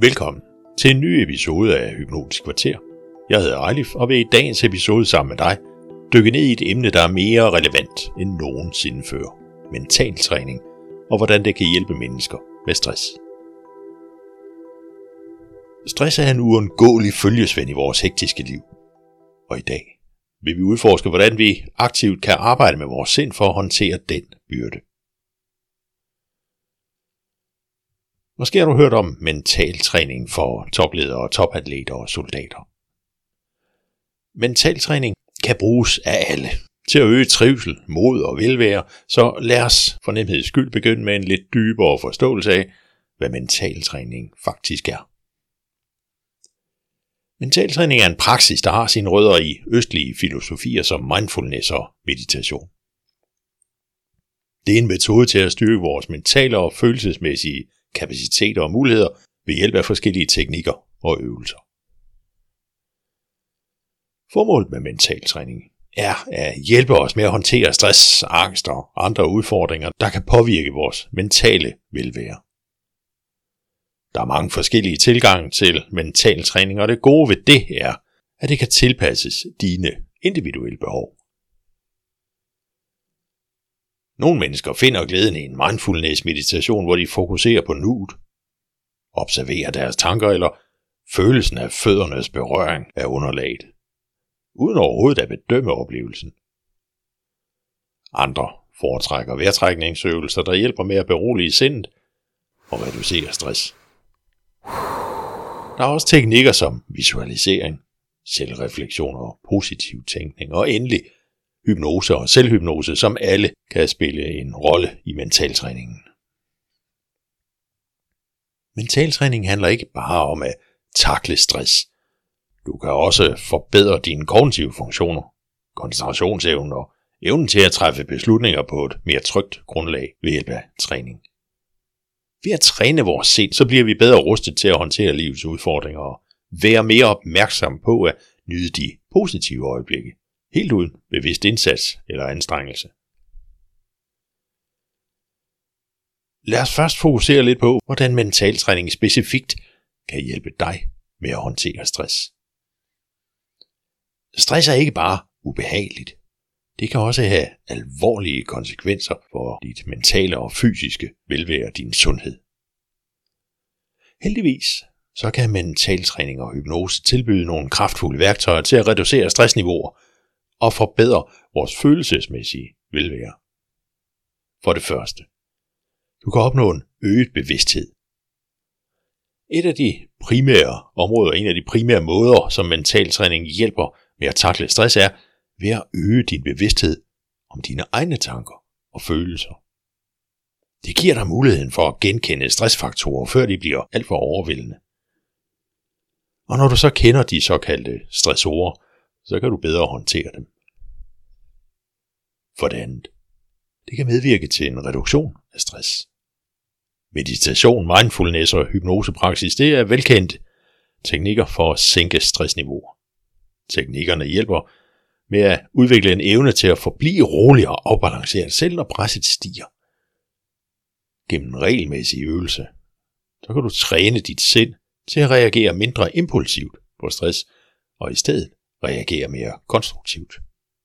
Velkommen til en ny episode af Hypnotisk Kvarter. Jeg hedder Ejlif og vil i dagens episode sammen med dig dykke ned i et emne, der er mere relevant end nogensinde før. Mentaltræning og hvordan det kan hjælpe mennesker med stress. Stress er en uundgåelig følgesvend i vores hektiske liv. Og i dag vil vi udforske, hvordan vi aktivt kan arbejde med vores sind for at håndtere den byrde. Måske har du hørt om mentaltræning for topledere, topatleter og soldater. Mentaltræning kan bruges af alle til at øge trivsel, mod og velvære, så lad os for nemheds skyld begynde med en lidt dybere forståelse af, hvad mentaltræning faktisk er. Mentaltræning er en praksis, der har sine rødder i østlige filosofier som mindfulness og meditation. Det er en metode til at styrke vores mentale og følelsesmæssige kapaciteter og muligheder ved hjælp af forskellige teknikker og øvelser. Formålet med mentaltræning er at hjælpe os med at håndtere stress, angst og andre udfordringer, der kan påvirke vores mentale velvære. Der er mange forskellige tilgange til mentaltræning, og det gode ved det er, at det kan tilpasses dine individuelle behov. Nogle mennesker finder glæden i en mindfulness-meditation, hvor de fokuserer på nuet, observerer deres tanker eller følelsen af føddernes berøring af underlaget, uden overhovedet at bedømme oplevelsen. Andre foretrækker vejrtrækningsøvelser, der hjælper med at berolige sindet og reducere stress. Der er også teknikker som visualisering, selvreflektion og positiv tænkning, og endelig hypnose og selvhypnose, som alle kan spille en rolle i mentaltræningen. Mentaltræning handler ikke bare om at takle stress. Du kan også forbedre dine kognitive funktioner, koncentrationsevnen og evnen til at træffe beslutninger på et mere trygt grundlag ved hjælp af træning. Ved at træne vores sind, så bliver vi bedre rustet til at håndtere livets udfordringer og være mere opmærksom på at nyde de positive øjeblikke, helt uden bevidst indsats eller anstrengelse. Lad os først fokusere lidt på, hvordan mentaltræning specifikt kan hjælpe dig med at håndtere stress. Stress er ikke bare ubehageligt. Det kan også have alvorlige konsekvenser for dit mentale og fysiske velvære og din sundhed. Heldigvis så kan mentaltræning og hypnose tilbyde nogle kraftfulde værktøjer til at reducere stressniveauer og forbedre vores følelsesmæssige velvære. For det første, du kan opnå en øget bevidsthed. Et af de primære områder, en af de primære måder, som mentaltræning hjælper med at takle stress er ved at øge din bevidsthed om dine egne tanker og følelser. Det giver dig muligheden for at genkende stressfaktorer, før de bliver alt for overvældende. Og når du så kender de såkaldte stressorer, så kan du bedre håndtere dem. For det andet, det kan medvirke til en reduktion af stress. Meditation, mindfulness og hypnosepraksis, det er velkendte teknikker for at sænke stressniveauer. Teknikkerne hjælper med at udvikle en evne til at forblive rolig og afbalanceret, selv når presset stiger. Gennem regelmæssig øvelse, så kan du træne dit sind til at reagere mindre impulsivt på stress, og i stedet reagere mere konstruktivt.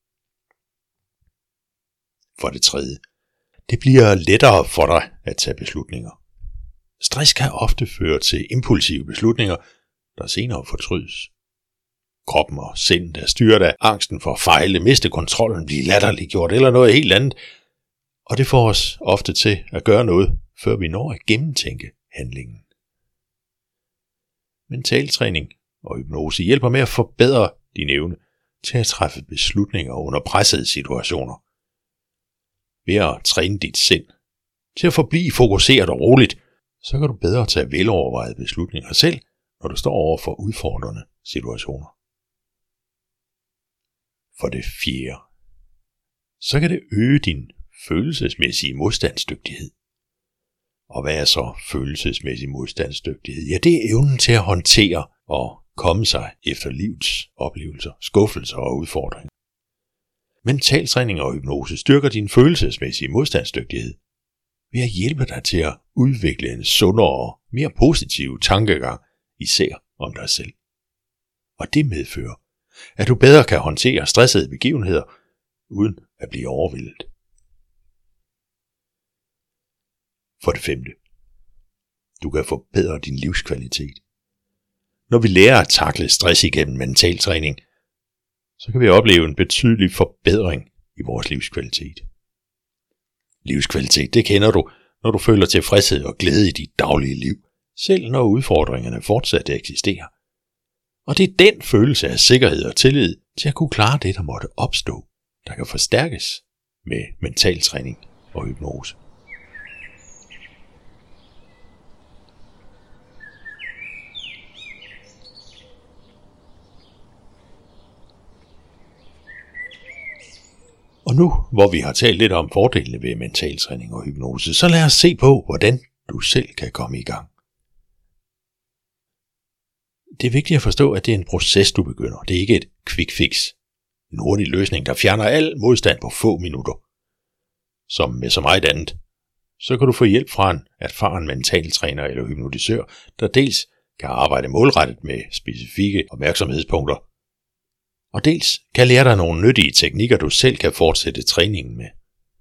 For det tredje, det bliver lettere for dig at tage beslutninger. Stress kan ofte føre til impulsive beslutninger, der senere fortrydes. Kroppen og sindet er styret af angsten for at fejle, miste kontrollen, blive latterliggjort eller noget helt andet, og det får os ofte til at gøre noget, før vi når at gennemtænke handlingen. Mentaltræning og hypnose hjælper med at forbedre din evne til at træffe beslutninger under pressede situationer. Ved at træne dit sind til at forblive fokuseret og roligt, så kan du bedre tage velovervejede beslutninger selv, når du står over for udfordrende situationer. For det fjerde, så kan det øge din følelsesmæssige modstandsdygtighed. Og hvad er så følelsesmæssig modstandsdygtighed? Ja, det er evnen til at håndtere og komme sig efter livets oplevelser, skuffelser og udfordringer. Mentaltræning og hypnose styrker din følelsesmæssige modstandsdygtighed ved at hjælpe dig til at udvikle en sundere og mere positiv tankegang især om dig selv. Og det medfører, at du bedre kan håndtere stressede begivenheder, uden at blive overvældet. For det 5. Du kan forbedre din livskvalitet. Når vi lærer at takle stress igennem mental træning, så kan vi opleve en betydelig forbedring i vores livskvalitet. Livskvalitet, det kender du, når du føler tilfredshed og glæde i dit daglige liv, selv når udfordringerne fortsat eksisterer. Og det er den følelse af sikkerhed og tillid til at kunne klare det, der måtte opstå, der kan forstærkes med mental træning og hypnose. Og nu, hvor vi har talt lidt om fordelene ved mental træning og hypnose, så lad os se på, hvordan du selv kan komme i gang. Det er vigtigt at forstå, at det er en proces, du begynder. Det er ikke et quick fix. En hurtig løsning, der fjerner al modstand på få minutter. Som med så meget andet, så kan du få hjælp fra en erfaren mentaltræner eller hypnotisør, der dels kan arbejde målrettet med specifikke opmærksomhedspunkter, og dels kan lære dig nogle nyttige teknikker, du selv kan fortsætte træningen med.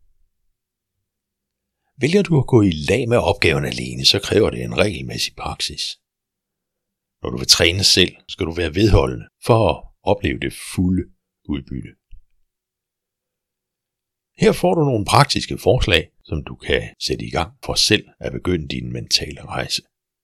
Vælger du at gå i lag med opgaven alene, så kræver det en regelmæssig praksis. Når du vil træne selv, skal du være vedholdende for at opleve det fulde udbytte. Her får du nogle praktiske forslag, som du kan sætte i gang for selv at begynde din mentale rejse.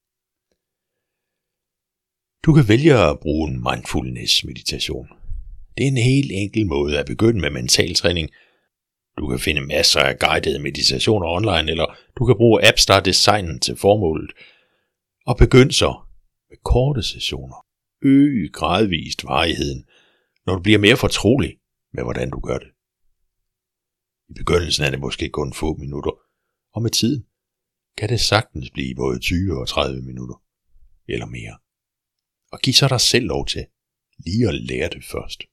Du kan vælge at bruge en mindfulness meditation. Det er en helt enkel måde at begynde med mental træning. Du kan finde masser af guidede meditationer online, eller du kan bruge apps, der er designet til formålet. Og begynd så med korte sessioner. Øg gradvist varigheden, når du bliver mere fortrolig med, hvordan du gør det. I begyndelsen er det måske kun få minutter, og med tiden kan det sagtens blive både 20 og 30 minutter, eller mere. Og giv så dig selv lov til lige at lære det først.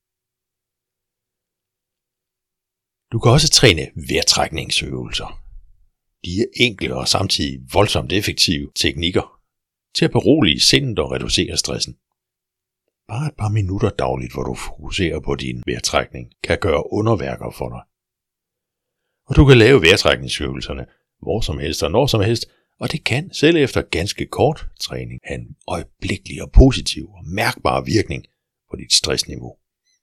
Du kan også træne vejrtrækningsøvelser. De er enkle og samtidig voldsomt effektive teknikker til at berolige sindet og reducere stressen. Bare et par minutter dagligt, hvor du fokuserer på din vejrtrækning, kan gøre underværker for dig. Og du kan lave vejrtrækningsøvelserne hvor som helst og når som helst, og det kan selv efter ganske kort træning have en øjeblikkelig og positiv og mærkbar virkning på dit stressniveau.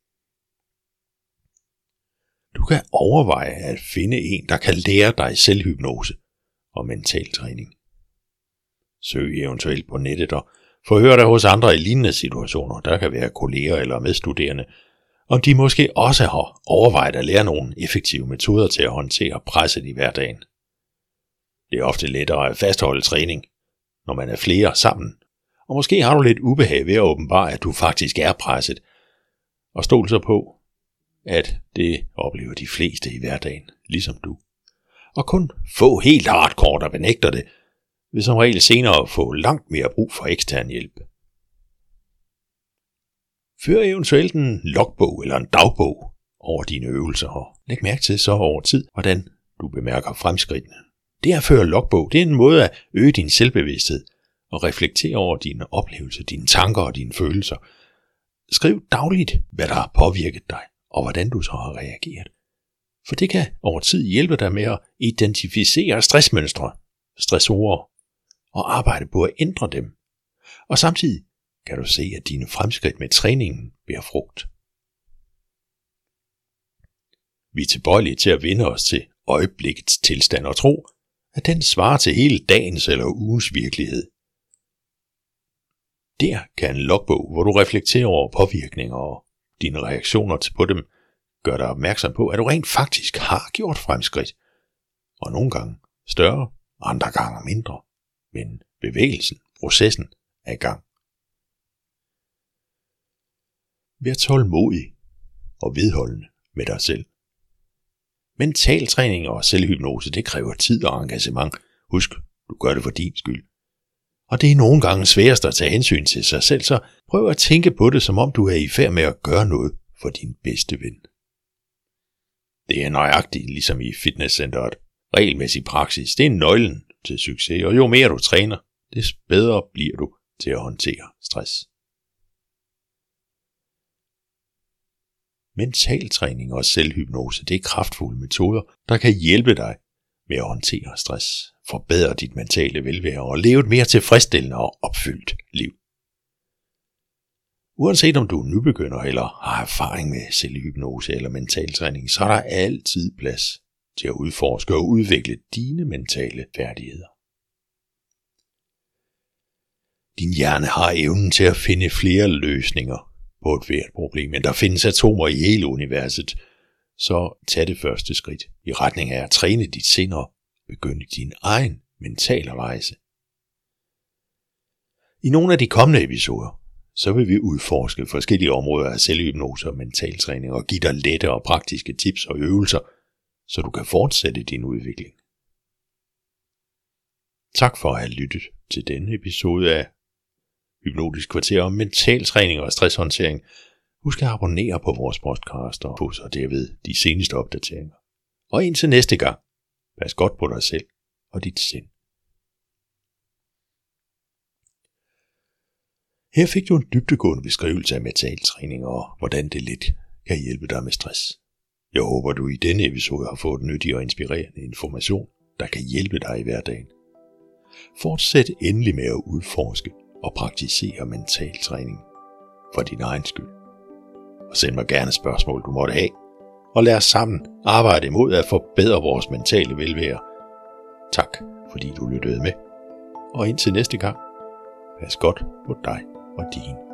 Du kan overveje at finde en, der kan lære dig selvhypnose og mental træning. Søg eventuelt på nettet og forhør dig hos andre i lignende situationer. Der kan være kolleger eller medstuderende, om de måske også har overvejet at lære nogle effektive metoder til at håndtere presset i hverdagen. Det er ofte lettere at fastholde træning, når man er flere sammen, og måske har du lidt ubehag ved at åbenbare, at du faktisk er presset, og stol så på, at det oplever de fleste i hverdagen, ligesom du. Og kun få helt hardcore, der benægter det, vil som regel senere få langt mere brug for ekstern hjælp. Før eventuelt en logbog eller en dagbog over dine øvelser, og læg mærke til så over tid, hvordan du bemærker fremskridtene. Det at føre logbog, det er en måde at øge din selvbevidsthed og reflektere over dine oplevelser, dine tanker og dine følelser. Skriv dagligt, hvad der har påvirket dig, og hvordan du så har reageret. For det kan over tid hjælpe dig med at identificere stressmønstre, stressorer, og arbejde på at ændre dem. Og samtidig kan du se, at dine fremskridt med træningen bærer frugt. Vi er tilbøjelige til at vende os til øjeblikkets tilstand og tro, at den svarer til hele dagens eller ugens virkelighed. Der kan en logbog, hvor du reflekterer over påvirkninger og dine reaktioner på dem, gør dig opmærksom på, at du rent faktisk har gjort fremskridt. Og nogle gange større, andre gange mindre. Men bevægelsen, processen er i gang. Vær tålmodig og vedholdende med dig selv. Mental træning og selvhypnose, det kræver tid og engagement. Husk, du gør det for din skyld. Og det er nogle gange sværest at tage hensyn til sig selv, så prøv at tænke på det, som om du er i færd med at gøre noget for din bedste ven. Det er nøjagtigt ligesom i fitnesscenteret. Regelmæssig praksis, det er nøglen til succes, og jo mere du træner, des bedre bliver du til at håndtere stress. Mentaltræning og selvhypnose, det er kraftfulde metoder, der kan hjælpe dig med at håndtere stress, forbedre dit mentale velvære og leve et mere tilfredsstillende og opfyldt liv. Uanset om du er nybegynder eller har erfaring med selvhypnose eller mentaltræning, så er der altid plads til at udforske og udvikle dine mentale færdigheder. Din hjerne har evnen til at finde flere løsninger på et hvert problem, men der findes atomer i hele universet, så tag det første skridt i retning af at træne dit sind og begynde din egen mentale rejse. I nogle af de kommende episoder, så vil vi udforske forskellige områder af selvhypnose og mentaltræning og give dig lette og praktiske tips og øvelser, så du kan fortsætte din udvikling. Tak for at have lyttet til denne episode af Hypnotisk Kvarter om mentaltræning og stresshåndtering. Husk at abonnere på vores podcast og få så derved de seneste opdateringer. Og indtil næste gang, pas godt på dig selv og dit sind. Her fik du en dybdegående beskrivelse af mentaltræning og hvordan det lidt kan hjælpe dig med stress. Jeg håber, du i denne episode har fået nyttig og inspirerende information, der kan hjælpe dig i hverdagen. Fortsæt endelig med at udforske og praktisere mentaltræning for din egen skyld. Og send mig gerne spørgsmål, du måtte have, og lad os sammen arbejde imod at forbedre vores mentale velvære. Tak, fordi du lyttede med. Og indtil næste gang, pas godt på dig og dine.